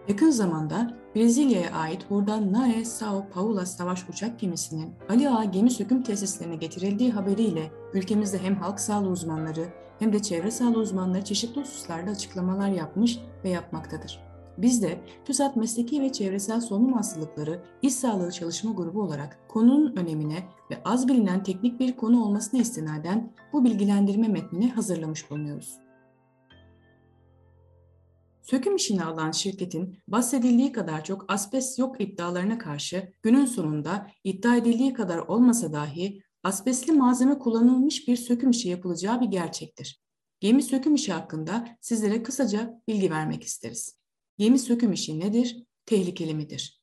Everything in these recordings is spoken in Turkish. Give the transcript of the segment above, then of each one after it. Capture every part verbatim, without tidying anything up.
Yakın zamanda Brezilya'ya ait Hurda Nae Sao Paula savaş uçak gemisinin Ali Ağa gemi söküm tesislerine getirildiği haberiyle ülkemizde hem halk sağlığı uzmanları hem de çevre sağlığı uzmanları çeşitli hususlarda açıklamalar yapmış ve yapmaktadır. Biz de TÜSAT Mesleki ve Çevresel Solunum Hastalıkları İş Sağlığı Çalışma Grubu olarak konunun önemine ve az bilinen teknik bir konu olmasına istinaden bu bilgilendirme metnini hazırlamış bulunuyoruz. Söküm işini alan şirketin bahsedildiği kadar çok asbest yok iddialarına karşı günün sonunda iddia edildiği kadar olmasa dahi asbestli malzeme kullanılmış bir söküm işi yapılacağı bir gerçektir. Gemi söküm işi hakkında sizlere kısaca bilgi vermek isteriz. Gemi söküm işi nedir? Tehlikeli midir?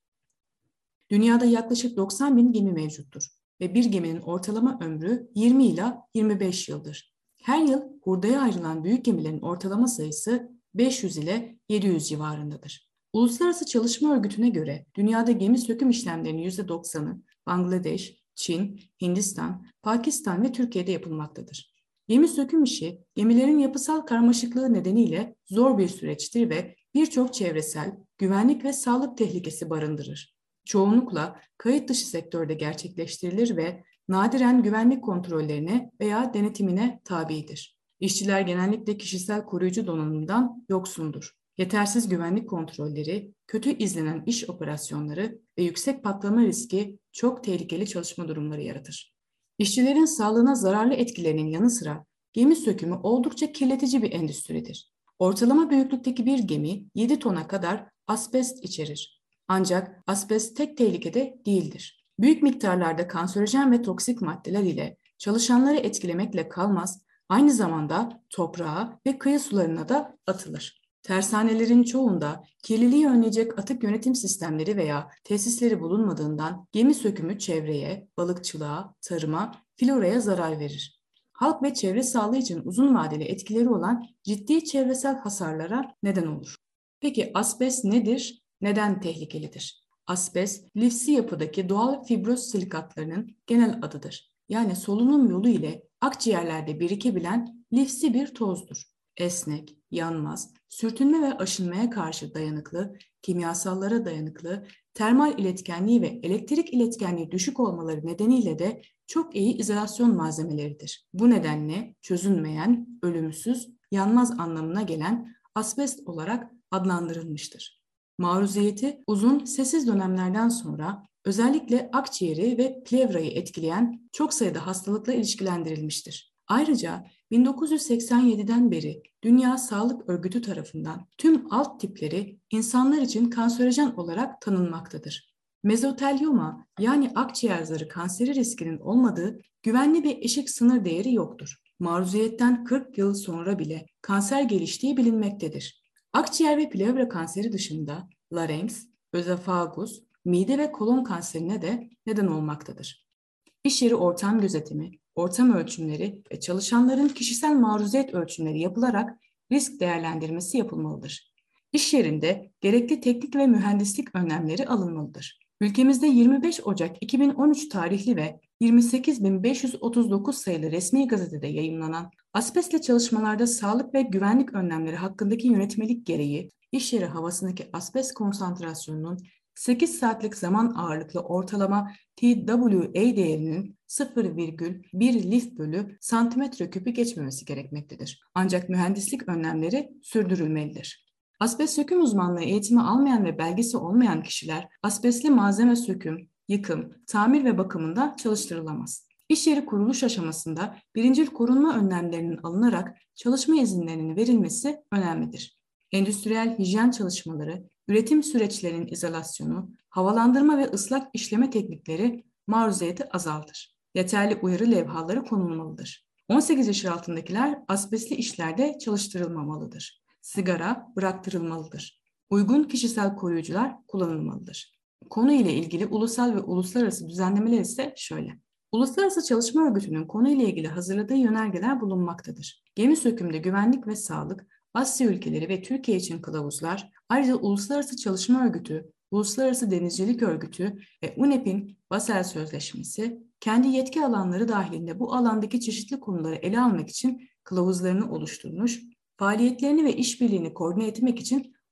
Dünyada yaklaşık doksan bin gemi mevcuttur ve bir geminin ortalama ömrü yirmi ila yirmi beş yıldır. Her yıl hurdaya ayrılan büyük gemilerin ortalama sayısı beş yüz ile yedi yüz civarındadır. Uluslararası Çalışma Örgütü'ne göre dünyada gemi söküm işlemlerinin yüzde doksanı Bangladeş, Çin, Hindistan, Pakistan ve Türkiye'de yapılmaktadır. Gemi söküm işi gemilerin yapısal karmaşıklığı nedeniyle zor bir süreçtir ve birçok çevresel, güvenlik ve sağlık tehlikesi barındırır. Çoğunlukla kayıt dışı sektörde gerçekleştirilir ve nadiren güvenlik kontrollerine veya denetimine tabidir. İşçiler genellikle kişisel koruyucu donanımdan yoksundur. Yetersiz güvenlik kontrolleri, kötü izlenen iş operasyonları ve yüksek patlama riski çok tehlikeli çalışma durumları yaratır. İşçilerin sağlığına zararlı etkilerinin yanı sıra gemi sökümü oldukça kirletici bir endüstridir. Ortalama büyüklükteki bir gemi yedi tona kadar asbest içerir. Ancak asbest tek tehlikede değildir. Büyük miktarlarda kanserojen ve toksik maddeler ile çalışanları etkilemekle kalmaz, aynı zamanda toprağa ve kıyı sularına da atılır. Tersanelerin çoğunda kirliliği önleyecek atık yönetim sistemleri veya tesisleri bulunmadığından gemi sökümü çevreye, balıkçılığa, tarıma, floraya zarar verir. Halk ve çevre sağlığı için uzun vadeli etkileri olan ciddi çevresel hasarlara neden olur. Peki asbest nedir? Neden tehlikelidir? Asbest, lifsi yapıdaki doğal fibroz silikatlarının genel adıdır. Yani solunum yolu ile akciğerlerde birikebilen lifsi bir tozdur. Esnek, yanmaz, sürtünme ve aşınmaya karşı dayanıklı, kimyasallara dayanıklı, termal iletkenliği ve elektrik iletkenliği düşük olmaları nedeniyle de çok iyi izolasyon malzemeleridir. Bu nedenle çözünmeyen, ölümsüz, yanmaz anlamına gelen asbest olarak adlandırılmıştır. Maruziyeti uzun, sessiz dönemlerden sonra özellikle akciğeri ve plevrayı etkileyen çok sayıda hastalıkla ilişkilendirilmiştir. Ayrıca bin dokuz yüz seksen yediden beri Dünya Sağlık Örgütü tarafından tüm alt tipleri insanlar için kanserojen olarak tanınmaktadır. Mezotelyoma yani akciğer zarı kanseri riskinin olmadığı güvenli bir eşik sınır değeri yoktur. Maruziyetten kırk yıl sonra bile kanser geliştiği bilinmektedir. Akciğer ve plevra kanseri dışında larynx, özofagus, mide ve kolon kanserine de neden olmaktadır. İş yeri ortam gözetimi, ortam ölçümleri ve çalışanların kişisel maruziyet ölçümleri yapılarak risk değerlendirmesi yapılmalıdır. İş yerinde gerekli teknik ve mühendislik önlemleri alınmalıdır. Ülkemizde yirmi beş Ocak iki bin on üç tarihli ve yirmi sekiz bin beş yüz otuz dokuz sayılı resmi gazetede yayımlanan asbestle çalışmalarda sağlık ve güvenlik önlemleri hakkındaki yönetmelik gereği iş yeri havasındaki asbest konsantrasyonunun sekiz saatlik zaman ağırlıklı ortalama T W A değerinin sıfır virgül bir lif bölü santimetre küpü geçmemesi gerekmektedir. Ancak mühendislik önlemleri sürdürülmelidir. Asbest söküm uzmanlığı eğitimi almayan ve belgesi olmayan kişiler asbestli malzeme söküm, yıkım, tamir ve bakımında çalıştırılamaz. İş yeri kuruluş aşamasında birincil korunma önlemlerinin alınarak çalışma izinlerinin verilmesi önemlidir. Endüstriyel hijyen çalışmaları, üretim süreçlerinin izolasyonu, havalandırma ve ıslak işleme teknikleri maruziyeti azaltır. Yeterli uyarı levhaları konulmalıdır. on sekiz yaş altındakiler asbestli işlerde çalıştırılmamalıdır. Sigara bıraktırılmalıdır. Uygun kişisel koruyucular kullanılmalıdır. Konu ile ilgili ulusal ve uluslararası düzenlemeler ise şöyle. Uluslararası Çalışma Örgütü'nün konuyla ilgili hazırladığı yönergeler bulunmaktadır. Gemi sökümde güvenlik ve sağlık, Asya ülkeleri ve Türkiye için kılavuzlar, ayrıca Uluslararası Çalışma Örgütü, Uluslararası Denizcilik Örgütü ve U N E P'in Basel Sözleşmesi, kendi yetki alanları dahilinde bu alandaki çeşitli konuları ele almak için kılavuzlarını oluşturmuş, faaliyetlerini ve işbirliğini koordine etmek için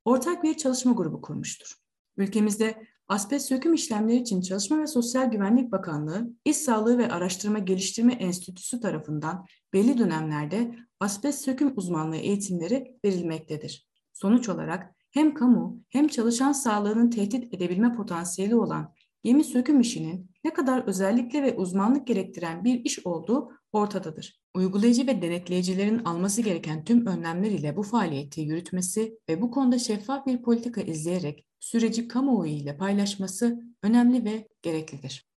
ortak bir çalışma grubu kurmuştur. Ülkemizde asbest söküm işlemleri için Çalışma ve Sosyal Güvenlik Bakanlığı, İş Sağlığı ve Araştırma Geliştirme Enstitüsü tarafından belli dönemlerde asbest söküm uzmanlığı eğitimleri verilmektedir. Sonuç olarak hem kamu hem çalışan sağlığının tehdit edebilme potansiyeli olan gemi söküm işinin ne kadar özellikle ve uzmanlık gerektiren bir iş olduğu ortadadır. Uygulayıcı ve denetleyicilerin alması gereken tüm önlemler ile bu faaliyeti yürütmesi ve bu konuda şeffaf bir politika izleyerek süreci kamuoyu ile paylaşması önemli ve gereklidir.